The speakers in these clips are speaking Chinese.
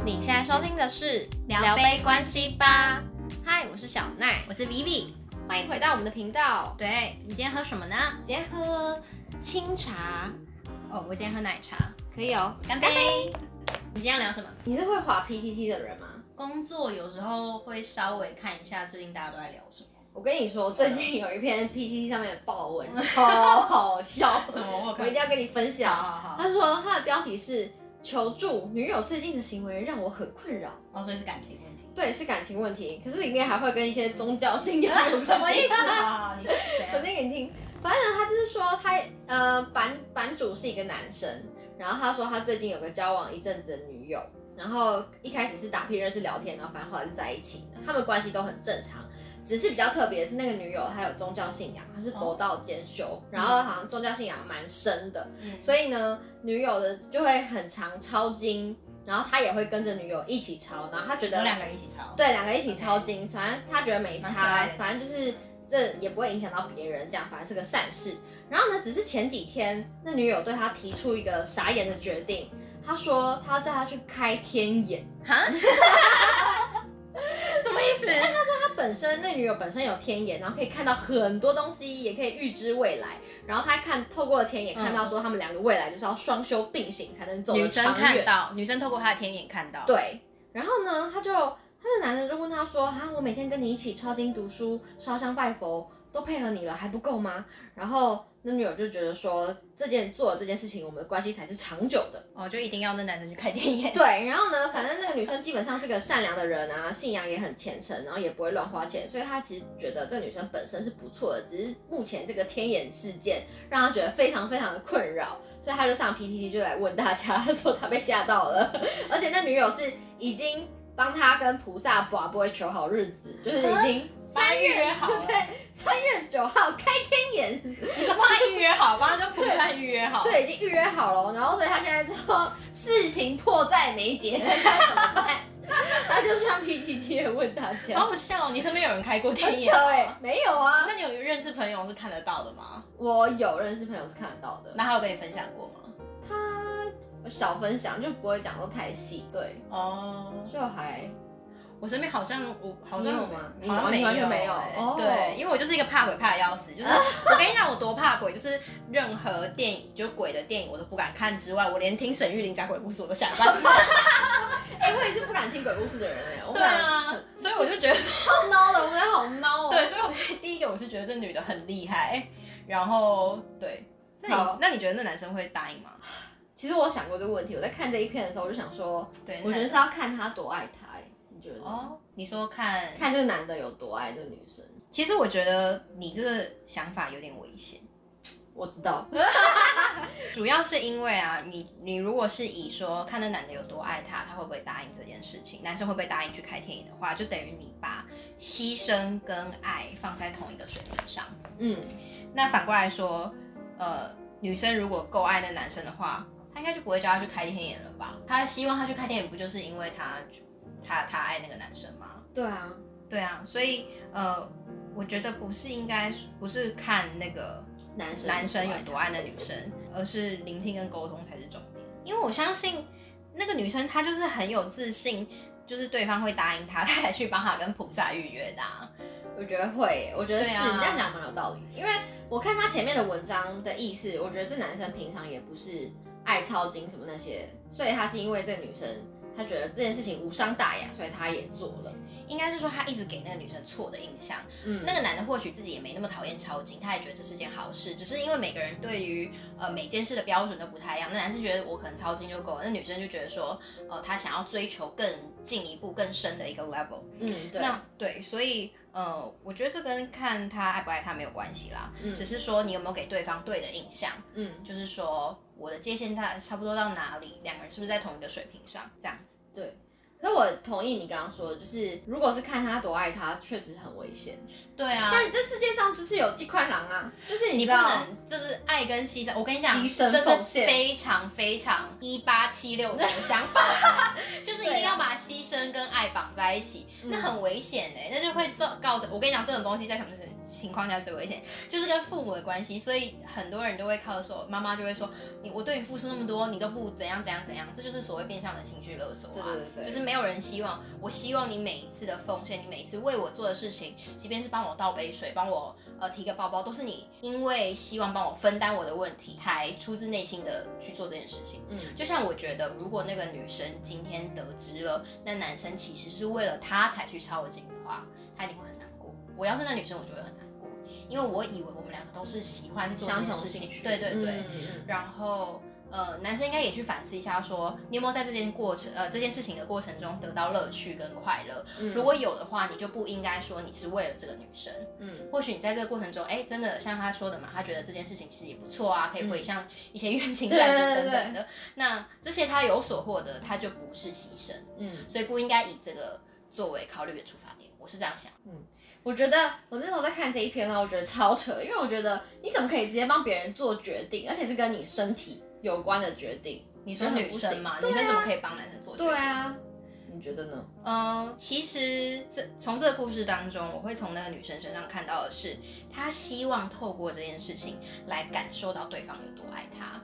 你现在收听的是聊杯关系吧。 嗨，我是小奈， 我是 Vivi， 欢迎回到我们的频道。 对，你今天喝什么呢？ 今天喝清茶。 哦，我今天喝奶茶。 可以哦， 干杯！你今天要聊什么？ 你是会滑 PTT 的人吗？ 工作有时候会稍微看一下最近大家都在聊什么。 我跟你说，最近有一篇 PTT 上面的爆文，超好笑。 什么？ 我一定要跟你分享。 好。 他说他的标题是求助，女友最近的行为让我很困扰。 哦，所以是感情问题。 对，是感情问题，可是里面还会跟一些宗教信仰有关系。 什么意思啊？你是谁？ 我念给你听。反正他就是说他版主是一个男生，然后他说他最近有个交往一阵子的女友，然后一开始是打屁认识聊天，然后反正后来就在一起了，他们关系都很正常。只是比较特别的是，那个女友她有宗教信仰，她是佛道兼修，然后好像宗教信仰蛮深的，所以呢，女友的就会很常抄经，然后他也会跟着女友一起抄，然后他觉得两个人一起抄， 对，两个一起抄经，反正他觉得没差， 的反正就是这也不会影响到别人，这样反正是个善事。然后呢，只是前几天那女友对他提出一个傻眼的决定，他说他要叫他去开天眼， 哈？什么意思？ 他说那女友本身有天眼，然后可以看到很多东西，也可以预知未来。然后他透过了天眼看到说他们两个未来就是要双修并行才能走得长远。 女生看到，女生透过她的天眼看到。 对，然后呢，他的男人就问他说：“哈，我每天跟你一起抄经读书、烧香拜佛，都配合你了，还不够吗？”然后那女友就觉得说，做了这件事情，我们的关系才是长久的。 哦，就一定要那男生去开天眼。 对，然后呢，反正那个女生基本上是个善良的人啊，信仰也很虔诚，然后也不会乱花钱，所以她其实觉得这个女生本身是不错的，只是目前这个天眼事件让她觉得非常非常的困扰，所以她就上 PTT 就来问大家，她说她被吓到了，而且那女友是已经帮他跟菩萨卜不会求好日子，就是已经 3月好了， 对，3月9号开天眼， 你是帮他预约好，帮他就菩萨预约好， 对，已经预约好了，然后所以他现在说事情迫在眉睫，该怎么办？他就上 PTT 问大家， 好好笑哦！你身边有人开过天眼吗？没有啊。 那你有认识朋友是看得到的吗？ 我有认识朋友是看得到的。 那他有跟你分享过吗？ 他小分享就不会讲到太细，对，就还。 我身边好像好像有吗？ 好像没有， 完全没有。 对，因为我就是一个怕鬼怕的要死，就是我跟你讲，我多怕鬼，就是任何电影就鬼的电影我都不敢看之外，我连听沈玉琳讲鬼故事我都吓半死。 我也是不敢听鬼故事的人对啊，所以我就觉得超孬的，我们好孬哦。 对，所以我第一个我是觉得这女的很厉害，然后对，那你觉得那男生会答应吗？ 其实我想过这个问题，我在看这一篇的时候，我就想说， 对， 我觉得是要看他多爱他，你觉得？ 你说看这个男的有多爱这个女生？ 其实我觉得你这个想法有点危险。 我知道， 主要是因为啊，你如果是以说看那男的有多爱他，他会不会答应这件事情，男生会不会答应去开天眼的话，就等于你把牺牲跟爱放在同一个水平上。那反过来说，女生如果够爱那男生的话，他应该就不会叫他去开天眼了吧？他希望他去开天眼，不就是因为他爱那个男生吗？对啊，所以我觉得不是看那个男生有多爱那女生，而是聆听跟沟通才是重点。因为我相信那个女生她就是很有自信，就是对方会答应她，她才去帮她跟菩萨预约的我觉得会，我觉得是，你这样讲蛮有道理。因为我看他前面的文章的意思，我觉得这男生平常也不是爱抄经什么那些，所以他是因为这个女生，他觉得这件事情无伤大雅，所以他也做了。 应该是说他一直给那个女生错的印象。那个男的或许自己也没那么讨厌抄经，他也觉得这是件好事，只是因为每个人对于每件事的标准都不太一样。那男生觉得我可能抄经就够了，那女生就觉得说他想要追求更进一步更深的一个 level。对，所以我觉得这跟看他爱不爱他没有关系啦，只是说你有没有给对方对的印象。就是说我的界限差不多到哪里，两个人是不是在同一个水平上，这样子。 对。可是我同意你刚刚说的，就是如果是看他多爱他，确实很危险。 对啊， 但这世界上就是有季宽郎啊，就是你不能，就是爱跟牺牲。我跟你讲，这是非常非常1876的想法，就是一定要把牺牲跟爱绑在一起，那很危险那就会造成。我跟你讲，这种东西在什么情况下最危险，就是跟父母的关系。所以很多人都会靠说，妈妈就会说，我对你付出那么多，你都不怎样怎样怎样，这就是所谓变相的情绪勒索啊。 对， 就是没有人希望，我希望你每一次的奉献，你每一次为我做的事情，即便是帮我倒杯水，帮我提个包包，都是你因为希望帮我分担我的问题，才出自内心的去做这件事情。就像我觉得，如果那个女生今天得知了那男生其实是为了她才去抄经的话，她一定会很难过。我要是那女生，我就会很难过，因为我以为我们两个都是喜欢做这件事情，对，然后。男生应该也去反思一下说你有没有在这件事情的过程中得到乐趣跟快乐。如果有的话，你就不应该说你是为了这个女生。或许你在这个过程中，真的像他说的嘛，他觉得这件事情其实也不错啊，可以回向一些冤亲债主等等的。那这些他有所获得，他就不是牺牲。所以不应该以这个作为考虑的出发点。我是这样想。 我觉得我那时候在看这一篇呢，我觉得超扯，因为我觉得你怎么可以直接帮别人做决定，而且是跟你身体有关的决定？ 你说女生嘛，女生怎么可以帮男生做决定？ 对啊，你觉得呢？ 其实从这个故事当中，我会从那个女生身上看到的是，她希望透过这件事情来感受到对方有多爱她。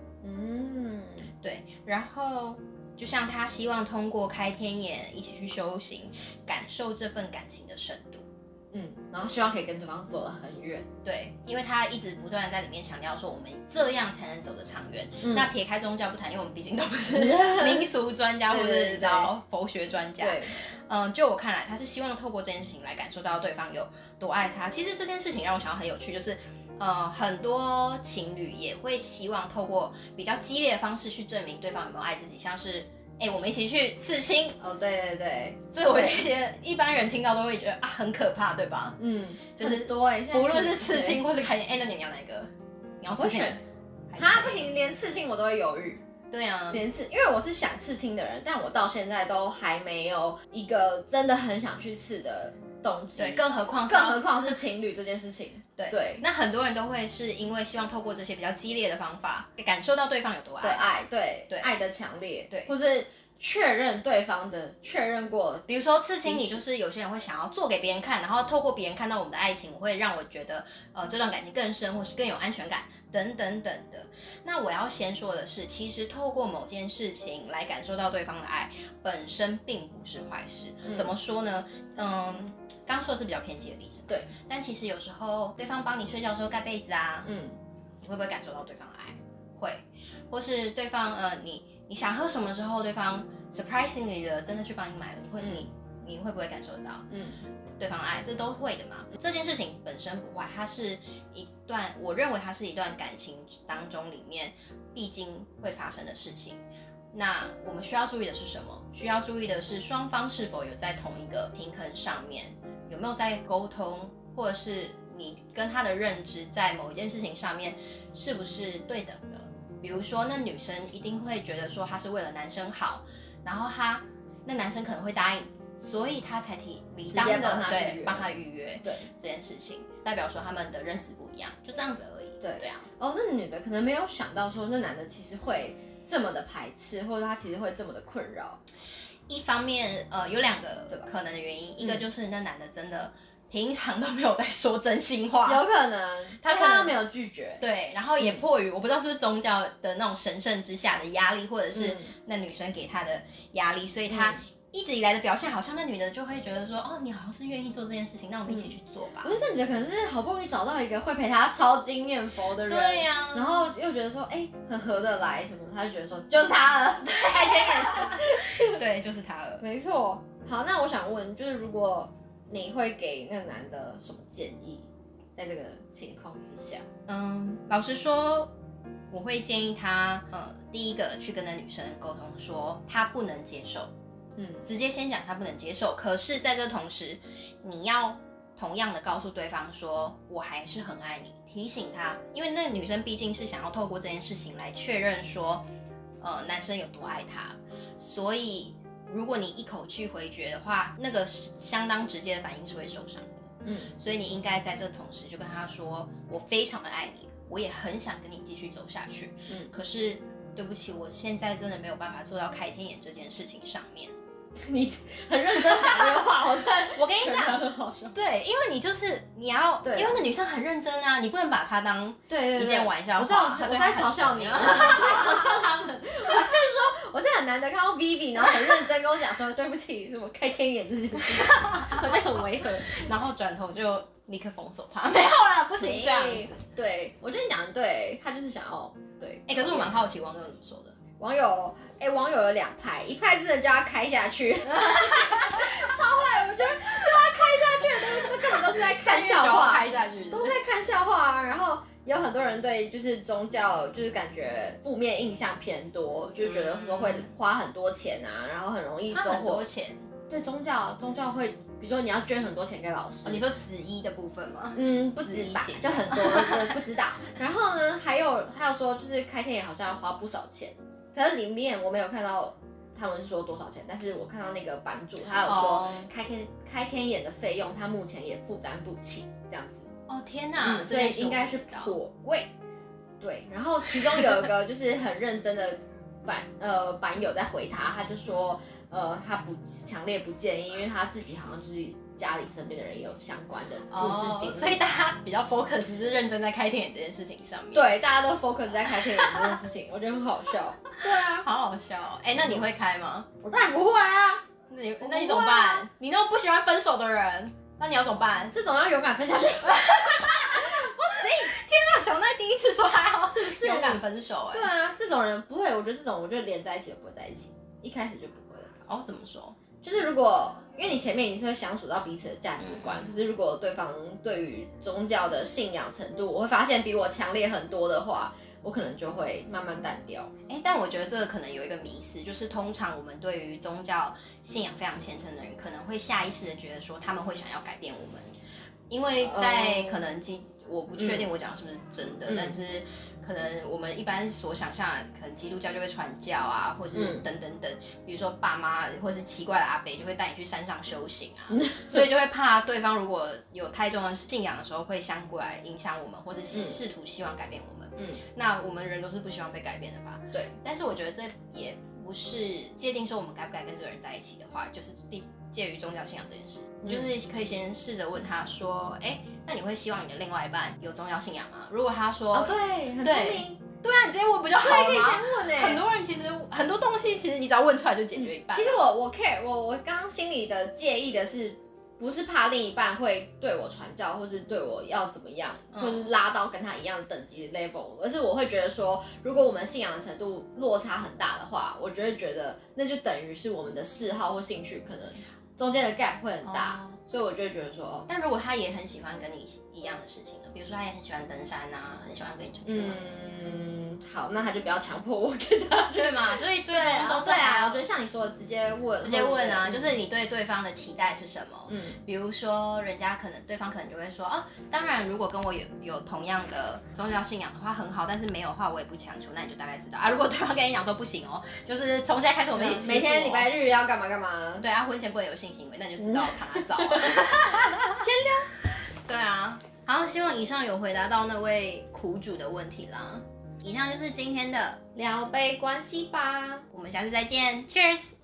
对，然后就像她希望通过开天眼一起去修行，感受这份感情的深度。 然后希望可以跟对方走得很远。 对，因为他一直不断在里面强调说，我们这样才能走得长远。那撇开宗教不谈，因为我们毕竟都不是民俗专家或者你知道佛学专家。就我看来，他是希望透过这件事情来感受到对方有多爱他。其实这件事情让我想到很有趣，就是很多情侣也会希望透过比较激烈的方式去证明对方有没有爱自己，像是我们一起去刺青。 对， 这个我觉得一般人听到都会觉得很可怕，对吧？ 就是很多不论是刺青或是开眼，那你要哪一个？你要刺青？ 不行，连刺青我都会犹豫。 对啊， 连刺，因为我是想刺青的人，但我到现在都还没有一个真的很想去刺的动机。 对，更何况是情侣这件事情。 对，那很多人都会是因为希望透过这些比较激烈的方法，感受到对方有多爱， 对爱的强烈， 对， 或是确认对方的确认过。 比如说刺青，你就是有些人会想要做给别人看，然后透过别人看到我们的爱情，我会让我觉得这段感情更深，或是更有安全感等等等的。那我要先说的是，其实透过某件事情来感受到对方的爱，本身并不是坏事。怎么说呢？刚说的是比较偏激的例子， 对。 但其实有时候对方帮你睡觉的时候盖被子啊，你会不会感受到对方的爱？会。或是对方你想喝什么时候，对方 surprisingly 的真的去帮你买了，你会不会感受得到？对方的爱，这都会的嘛。这件事情本身不坏，它是我认为它是一段感情当中里面必经会发生的事情。那我们需要注意的是什么？需要注意的是双方是否有在同一个平衡上面，有没有在沟通，或者是你跟他的认知在某一件事情上面是不是对等的。比如说那女生一定会觉得说她是为了男生好，然后那男生可能会答应，所以他才理当的帮他预约这件事情，代表说他们的认知不一样，就这样子而已。对啊。 那女的可能没有想到说那男的其实会这么的排斥，或者他其实会这么的困扰。 一方面有两个可能的原因，一个就是那男的真的平常都没有在说真心话， 有可能他刚刚没有拒绝， 对，然后也迫于我不知道是不是宗教的那种神圣之下的压力，或者是那女生给他的压力，所以他一直以来的表现，好像那女的就会觉得说，你好像是愿意做这件事情，那我们一起去做吧。 我觉得这女的可能是好不容易找到一个会陪她抄经念佛的人， 对呀， 然后又觉得说，很合得来什么，她就觉得说就是他了，开天眼， 对，就是他了， 没错。好，那我想问，就是如果你会给那个男的什么建议，在这个情况之下？ 老实说，我会建议他，第一个去跟那女生沟通，说他不能接受，直接先讲他不能接受。可是在这同时，你要同样的告诉对方说，我还是很爱你，提醒他，因为那个女生毕竟是想要透过这件事情来确认说，男生有多爱她，所以如果你一口去回绝的话，那个相当直接的反应是会受伤的。所以你应该在这同时就跟他说，我非常的爱你，我也很想跟你继续走下去。可是对不起，我现在真的没有办法做到开天眼这件事情上面。 你很认真讲这个话， 我跟你讲很好笑。 对，因为你要，因为那女生很认真啊，你不能把她当一件玩笑话。 我知道我在嘲笑你，我在嘲笑他们。我是很难得看到 Vivi， 然后很认真跟我讲说对不起，是我开天眼这件事情，我觉得很违和， 然后转头就立刻封锁他。没有啦，不行这样子。 对，我觉得你讲的对，他就是想要对。 可是我蛮好奇网友怎么说的。 网友有2派，一派真的叫他开下去，超坏，我觉得叫他开下去都根本都是在看笑话， 开下去都是在看笑话啊。然后有很多人对就是宗教就是感觉负面印象偏多，就是觉得说会花很多钱啊，然后很容易收获很多钱。 对宗教会，比如说你要捐很多钱给老师。 你说紫衣的部分吗？ 不止吧，就很多，不知道。然后呢，还有说就是开天眼好像要花不少钱。可是里面我没有看到他们是说多少钱，但是我看到那个版主他有说开天眼的费用他目前也负担不起这样子。 哦天哪， 所以应该是颇贵。对，然后其中有一个就是很认真的版友在回他就说他强烈不建议，因为他自己好像就是家里身边的人也有相关的故事经历， 所以大家比较 focus 是认真在开天眼这件事情上面。 对，大家都 focus 在开天眼这件事情，我觉得很好笑。对啊， 好好笑哦。那你会开吗？ 我当然不会啊。 那你怎么办？你那么不喜欢分手的人，那你要怎么办？ 这种要勇敢分下去。不行！ 天哪，小奈第一次说还好， 是不是勇敢分手？ 对啊，这种人不会，我觉得这种连在一起都不会在一起，一开始就不会了。 哦，怎么说？ 就是如果因为你前面你是会相处到彼此的价值观，可是如果对方对于宗教的信仰程度，我会发现比我强烈很多的话，我可能就会慢慢淡掉。 但我觉得这个可能有一个迷思，就是通常我们对于宗教信仰非常虔诚的人，可能会下意识的觉得说他们会想要改变我们，因为在可能我不确定我讲的是不是真的，但是可能我们一般所想象的，可能基督教就会传教啊，或是等等等，比如说爸妈或是奇怪的阿伯就会带你去山上修行啊，所以就会怕对方如果有太重的信仰的时候，会相过来影响我们，或是试图希望改变我们。那我们人都是不希望被改变的吧？ 对。 但是我觉得这也不是界定说我们该不该跟这个人在一起的话，就是介于宗教信仰这件事，就是可以先试着问他说，那你会希望你的另外一半有宗教信仰吗？如果他说， 对，很聪明， 对啊，你直接问不就好了吗？ 对，可以先问很多人其实很多东西，其实你只要问出来就解决一半。 其实我 care， 我刚刚心里的介意的是，不是怕另一半会对我传教，或是对我要怎么样，或是拉到跟他一样等级的 level，而是我会觉得说，如果我们信仰的程度落差很大的话，我就会觉得那就等于是我们的嗜好或兴趣可能中间的 gap 会很大，所以我就会觉得说， 但如果他也很喜欢跟你一样的事情呢？比如说他也很喜欢登山啊，很喜欢跟你出去玩。 好，那他就不要强迫我跟他去， 对嘛？所以最终都是对啊，我觉得像你说的，直接问啊，就是你对对方的期待是什么？比如说对方可能就会说，当然如果跟我有同样的宗教信仰的话很好，但是没有的话我也不强求，那你就大概知道啊。如果对方跟你讲说不行哦，就是从现在开始我们一起每天礼拜日要干嘛干嘛， 对啊，婚前不能有性行为，那你就知道他早啊。 先聊， 对啊。好，希望以上有回答到那位苦主的问题啦。以上就是今天的聊杯关系吧， 我们下次再见 ，Cheers。